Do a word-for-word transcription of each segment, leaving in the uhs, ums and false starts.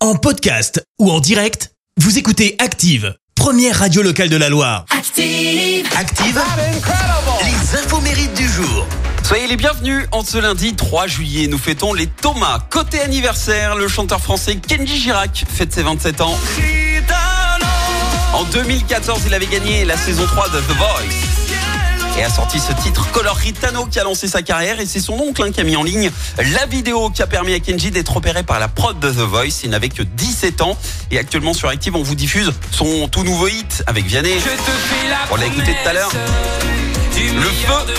En podcast ou en direct, vous écoutez Active, première radio locale de la Loire. Active, Active, les infos mérites du jour. Soyez les bienvenus. En ce lundi trois juillet, nous fêtons les Thomas. Côté anniversaire, le chanteur français Kenji Girac fête ses vingt-sept ans. En deux mille quatorze, il avait gagné la saison trois de The Voice et a sorti ce titre Color Ritano qui a lancé sa carrière, et c'est son oncle hein, qui a mis en ligne la vidéo qui a permis à Kenji d'être opéré par la prod de The Voice. Il n'avait que dix-sept ans et actuellement sur Active, on vous diffuse son tout nouveau hit avec Vianney. On l'a écouté tout à l'heure. Le feu.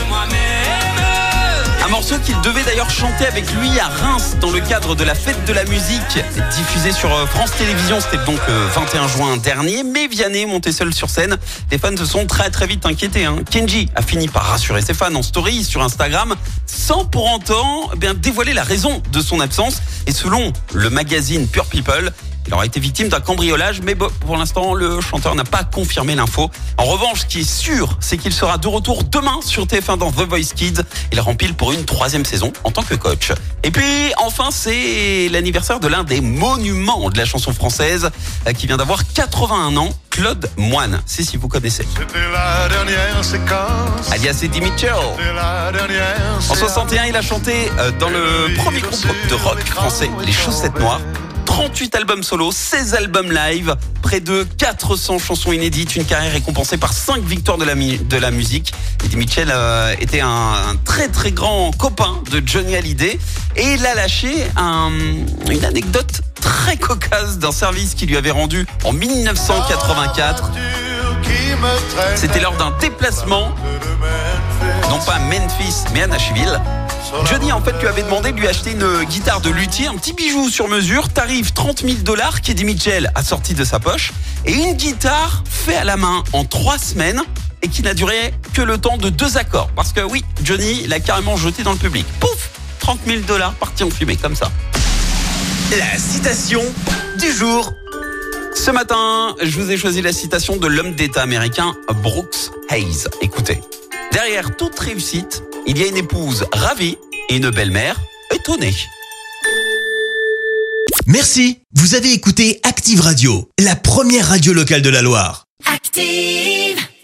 Un morceau qu'il devait d'ailleurs chanter avec lui à Reims dans le cadre de la fête de la musique diffusée sur France Télévisions. C'était donc le vingt et un juin dernier. Mais Vianney monté seul sur scène. Les fans se sont très très vite inquiétés. Hein. Kenji a fini par rassurer ses fans en story sur Instagram sans pour autant eh bien, dévoiler la raison de son absence. Et selon le magazine Pure People, il aurait été victime d'un cambriolage, mais bon, pour l'instant, le chanteur n'a pas confirmé l'info. En revanche, ce qui est sûr, c'est qu'il sera de retour demain sur T F un dans The Voice Kids. Il rempile pour une troisième saison en tant que coach. Et puis, enfin, c'est l'anniversaire de l'un des monuments de la chanson française qui vient d'avoir quatre-vingt-un ans, Claude Moine. C'est si vous connaissez. C'était la dernière séquence. Alias Eddie Mitchell. En soixante et un, il a chanté dans le premier groupe de rock français, Les Chaussettes Noires. trente-huit albums solo, seize albums live, près de quatre cents chansons inédites, une carrière récompensée par cinq victoires de la, mu- de la musique. Eddie Mitchell euh, était un, un très très grand copain de Johnny Hallyday et il a lâché un, une anecdote très cocasse d'un service qu'il lui avait rendu en dix-neuf cent quatre-vingt-quatre. C'était lors d'un déplacement, non pas à Memphis mais à Nashville. Johnny en fait lui avait demandé de lui acheter une guitare de luthier, un petit bijou sur mesure, tarif trente mille dollars qu'Eddie Mitchell a sorti de sa poche, et une guitare faite à la main en trois semaines et qui n'a duré que le temps de deux accords. Parce que oui, Johnny l'a carrément jeté dans le public. Pouf, trente mille dollars partis en fumée comme ça. La citation du jour. Ce matin, je vous ai choisi la citation de l'homme d'État américain Brooks Hayes. Écoutez, derrière toute réussite, il y a une épouse ravie et une belle-mère étonnée. Merci, vous avez écouté Active Radio, la première radio locale de la Loire. active.